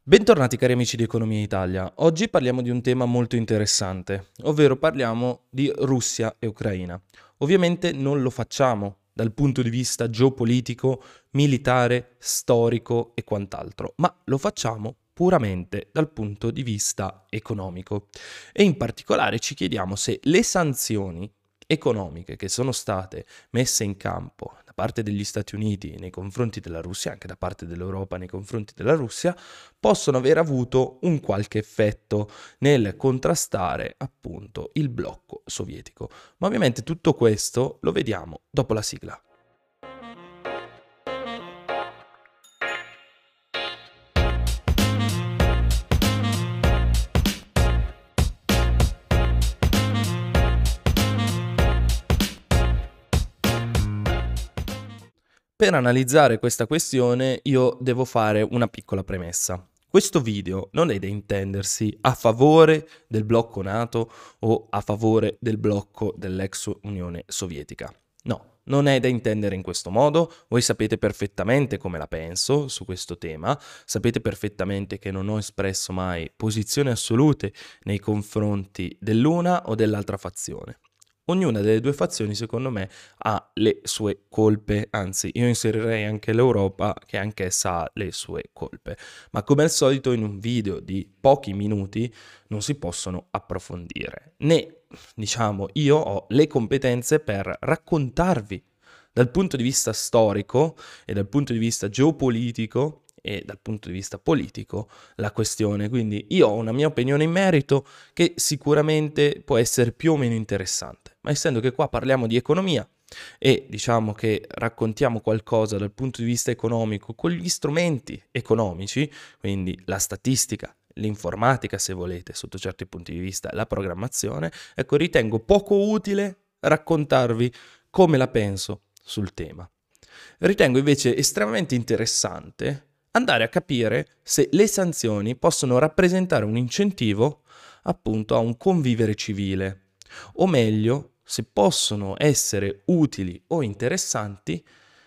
Bentornati cari amici di Economia Italia. Oggi parliamo di un tema molto interessante, ovvero parliamo di Russia e Ucraina. Ovviamente non lo facciamo dal punto di vista geopolitico, militare, storico e quant'altro, ma lo facciamo puramente dal punto di vista economico. E in particolare ci chiediamo se le sanzioni economiche che sono state messe in campo da parte degli Stati Uniti nei confronti della Russia, anche da parte dell'Europa nei confronti della Russia, possono aver avuto un qualche effetto nel contrastare appunto il blocco sovietico. Ma ovviamente tutto questo lo vediamo dopo la sigla. Per analizzare questa questione io devo fare una piccola premessa. Questo video non è da intendersi a favore del blocco NATO o a favore del blocco dell'ex Unione Sovietica. No, non è da intendere in questo modo. Voi sapete perfettamente come la penso su questo tema, sapete perfettamente che non ho espresso mai posizioni assolute nei confronti dell'una o dell'altra fazione. Ognuna delle due fazioni, secondo me, ha le sue colpe, anzi io inserirei anche l'Europa che anch'essa ha le sue colpe, ma come al solito in un video di pochi minuti non si possono approfondire, né diciamo io ho le competenze per raccontarvi dal punto di vista storico e dal punto di vista geopolitico e dal punto di vista politico la questione, quindi io ho una mia opinione in merito che sicuramente può essere più o meno interessante, ma essendo che qua parliamo di economia e diciamo che raccontiamo qualcosa dal punto di vista economico con gli strumenti economici, quindi la statistica, l'informatica se volete, sotto certi punti di vista la programmazione, ecco ritengo poco utile raccontarvi come la penso sul tema. Ritengo invece estremamente interessante andare a capire se le sanzioni possono rappresentare un incentivo appunto a un convivere civile, o meglio, se possono essere utili o interessanti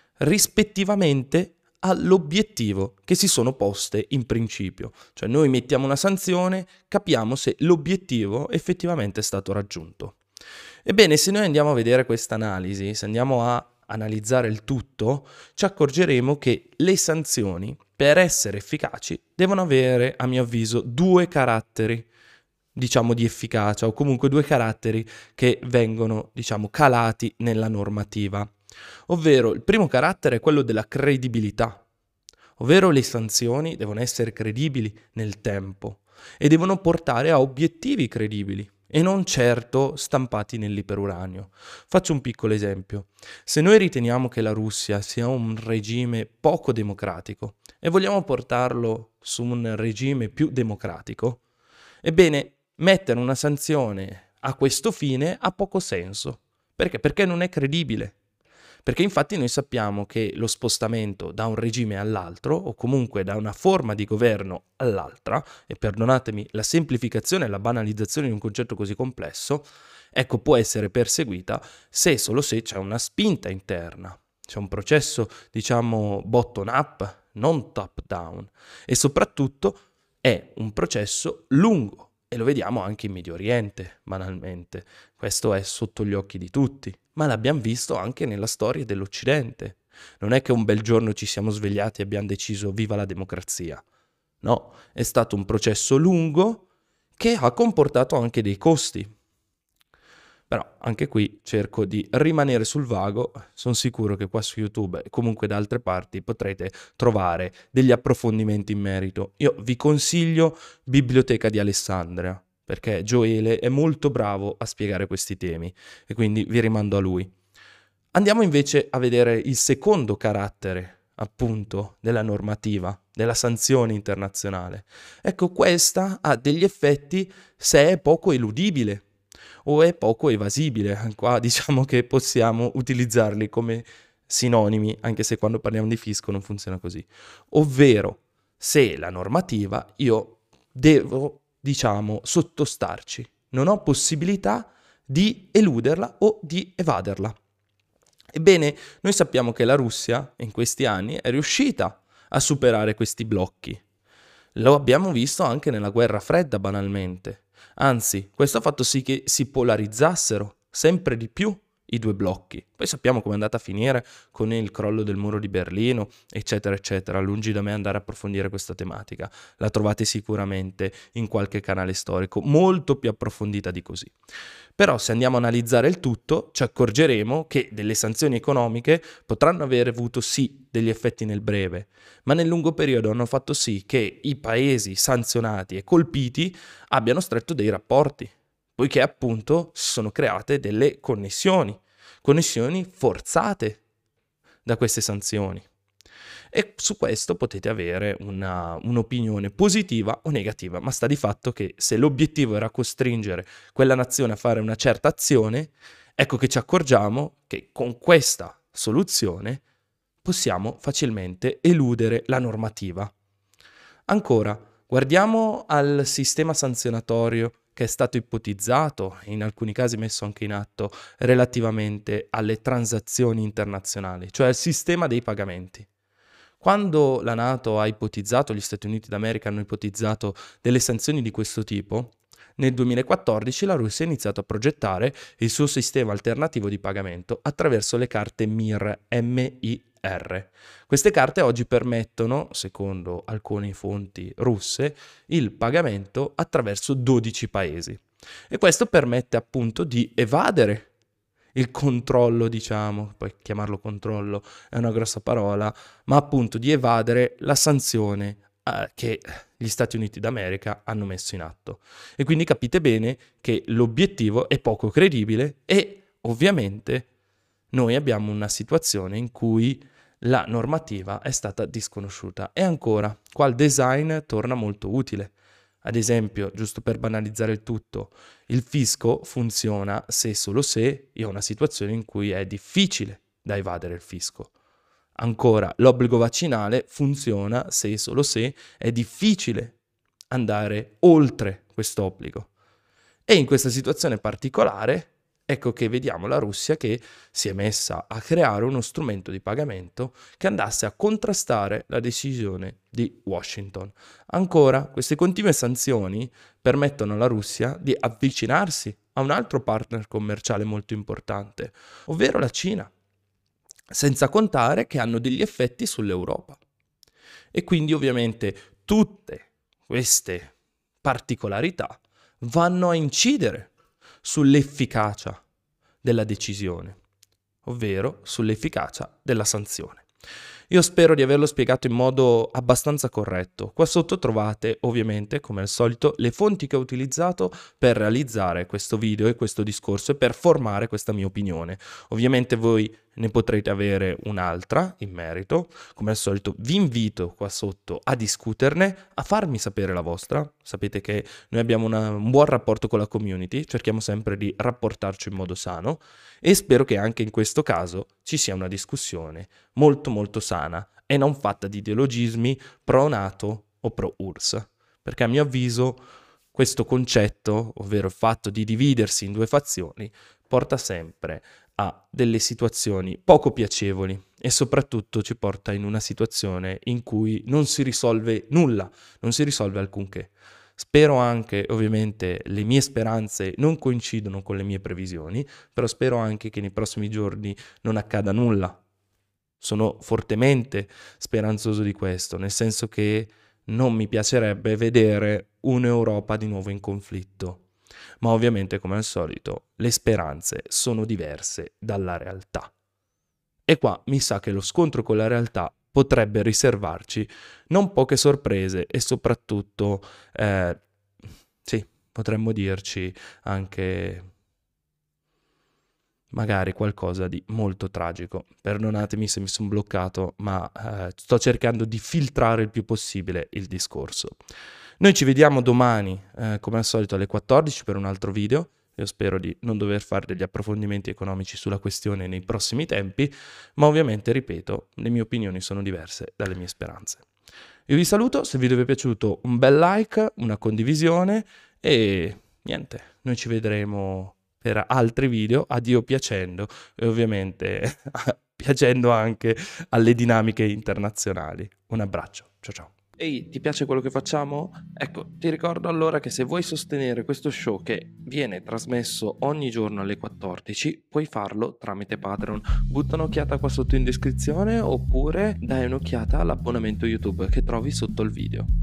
rispettivamente all'obiettivo che si sono poste in principio. Cioè noi mettiamo una sanzione, capiamo se l'obiettivo effettivamente è stato raggiunto. Ebbene, se noi andiamo a vedere questa analisi, se andiamo a analizzare il tutto, ci accorgeremo che le sanzioni, per essere efficaci, devono avere, a mio avviso, due caratteri, diciamo, di efficacia, o comunque due caratteri che vengono, diciamo, calati nella normativa. Ovvero, il primo carattere è quello della credibilità, ovvero le sanzioni devono essere credibili nel tempo e devono portare a obiettivi credibili e non certo stampati nell'iperuranio. Faccio un piccolo esempio. Se noi riteniamo che la Russia sia un regime poco democratico e vogliamo portarlo su un regime più democratico, ebbene, mettere una sanzione a questo fine ha poco senso. Perché? Perché non è credibile. Perché infatti noi sappiamo che lo spostamento da un regime all'altro, o comunque da una forma di governo all'altra, e perdonatemi la semplificazione e la banalizzazione di un concetto così complesso, ecco, può essere perseguita se e solo se c'è una spinta interna, c'è un processo, diciamo, bottom up, non top down, e soprattutto è un processo lungo. E lo vediamo anche in Medio Oriente, banalmente. Questo è sotto gli occhi di tutti, ma l'abbiamo visto anche nella storia dell'Occidente. Non è che un bel giorno ci siamo svegliati e abbiamo deciso viva la democrazia. No, è stato un processo lungo che ha comportato anche dei costi. Però anche qui cerco di rimanere sul vago, sono sicuro che qua su YouTube e comunque da altre parti potrete trovare degli approfondimenti in merito. Io vi consiglio Biblioteca di Alessandria, perché Gioele è molto bravo a spiegare questi temi e quindi vi rimando a lui. Andiamo invece a vedere il secondo carattere, appunto, della normativa, della sanzione internazionale. Ecco, questa ha degli effetti se è poco eludibile o è poco evasibile. Qua diciamo che possiamo utilizzarli come sinonimi, anche se quando parliamo di fisco non funziona così. Ovvero, se la normativa io devo, diciamo, sottostarci, non ho possibilità di eluderla o di evaderla. Ebbene, noi sappiamo che la Russia in questi anni è riuscita a superare questi blocchi. Lo abbiamo visto anche nella guerra fredda, banalmente. Anzi, questo ha fatto sì che si polarizzassero sempre di più i due blocchi. Poi sappiamo come è andata a finire con il crollo del muro di Berlino, eccetera, eccetera. Lungi da me andare a approfondire questa tematica. La trovate sicuramente in qualche canale storico, molto più approfondita di così. Però se andiamo a analizzare il tutto, ci accorgeremo che delle sanzioni economiche potranno avere avuto sì degli effetti nel breve, ma nel lungo periodo hanno fatto sì che i paesi sanzionati e colpiti abbiano stretto dei rapporti, poiché appunto si sono create delle connessioni forzate da queste sanzioni. E su questo potete avere un'opinione positiva o negativa, ma sta di fatto che se l'obiettivo era costringere quella nazione a fare una certa azione, ecco che ci accorgiamo che con questa soluzione possiamo facilmente eludere la normativa. Ancora, guardiamo al sistema sanzionatorio che è stato ipotizzato e in alcuni casi messo anche in atto relativamente alle transazioni internazionali, cioè al sistema dei pagamenti. Quando la NATO ha ipotizzato, gli Stati Uniti d'America hanno ipotizzato delle sanzioni di questo tipo, nel 2014 la Russia ha iniziato a progettare il suo sistema alternativo di pagamento attraverso le carte MIR, M-I-R. Queste carte oggi permettono, secondo alcune fonti russe, il pagamento attraverso 12 paesi. E questo permette appunto di evadere il controllo, diciamo, poi chiamarlo controllo è una grossa parola, ma appunto di evadere la sanzione che gli Stati Uniti d'America hanno messo in atto. E quindi capite bene che l'obiettivo è poco credibile e ovviamente noi abbiamo una situazione in cui la normativa è stata disconosciuta. E ancora, qua il design torna molto utile. Ad esempio, giusto per banalizzare il tutto, il fisco funziona se e solo se io ho una situazione in cui è difficile da evadere il fisco. Ancora, l'obbligo vaccinale funziona se e solo se è difficile andare oltre quest'obbligo. E in questa situazione particolare, ecco che vediamo la Russia che si è messa a creare uno strumento di pagamento che andasse a contrastare la decisione di Washington. Ancora, queste continue sanzioni permettono alla Russia di avvicinarsi a un altro partner commerciale molto importante, ovvero la Cina, senza contare che hanno degli effetti sull'Europa. E quindi ovviamente tutte queste particolarità vanno a incidere sull'efficacia della decisione, ovvero sull'efficacia della sanzione. Io spero di averlo spiegato in modo abbastanza corretto. Qua sotto trovate ovviamente, come al solito, le fonti che ho utilizzato per realizzare questo video e questo discorso e per formare questa mia opinione. Ovviamente voi ne potrete avere un'altra in merito. Come al solito vi invito qua sotto a discuterne, a farmi sapere la vostra. Sapete che noi abbiamo un buon rapporto con la community, cerchiamo sempre di rapportarci in modo sano e spero che anche in questo caso ci sia una discussione molto molto sana e non fatta di ideologismi pro NATO o pro URSS, perché a mio avviso questo concetto, ovvero il fatto di dividersi in due fazioni, porta sempre a delle situazioni poco piacevoli e soprattutto ci porta in una situazione in cui non si risolve nulla, non si risolve alcunché. Spero anche, ovviamente, le mie speranze non coincidono con le mie previsioni, però spero anche che nei prossimi giorni non accada nulla. Sono fortemente speranzoso di questo, nel senso che non mi piacerebbe vedere un'Europa di nuovo in conflitto. Ma ovviamente, come al solito, le speranze sono diverse dalla realtà. E qua mi sa che lo scontro con la realtà potrebbe riservarci non poche sorprese e soprattutto, sì, potremmo dirci anche magari qualcosa di molto tragico. Perdonatemi se mi sono bloccato, ma sto cercando di filtrare il più possibile il discorso. Noi ci vediamo domani, come al solito, alle 14 per un altro video. Io spero di non dover fare degli approfondimenti economici sulla questione nei prossimi tempi, ma ovviamente, ripeto, le mie opinioni sono diverse dalle mie speranze. Io vi saluto, se il video vi è piaciuto un bel like, una condivisione e niente, noi ci vedremo per altri video, a Dio piacendo e ovviamente piacendo anche alle dinamiche internazionali. Un abbraccio, ciao ciao. Ehi, ti piace quello che facciamo? Ecco, ti ricordo allora che se vuoi sostenere questo show che viene trasmesso ogni giorno alle 14, puoi farlo tramite Patreon. Butta un'occhiata qua sotto in descrizione oppure dai un'occhiata all'abbonamento YouTube che trovi sotto il video.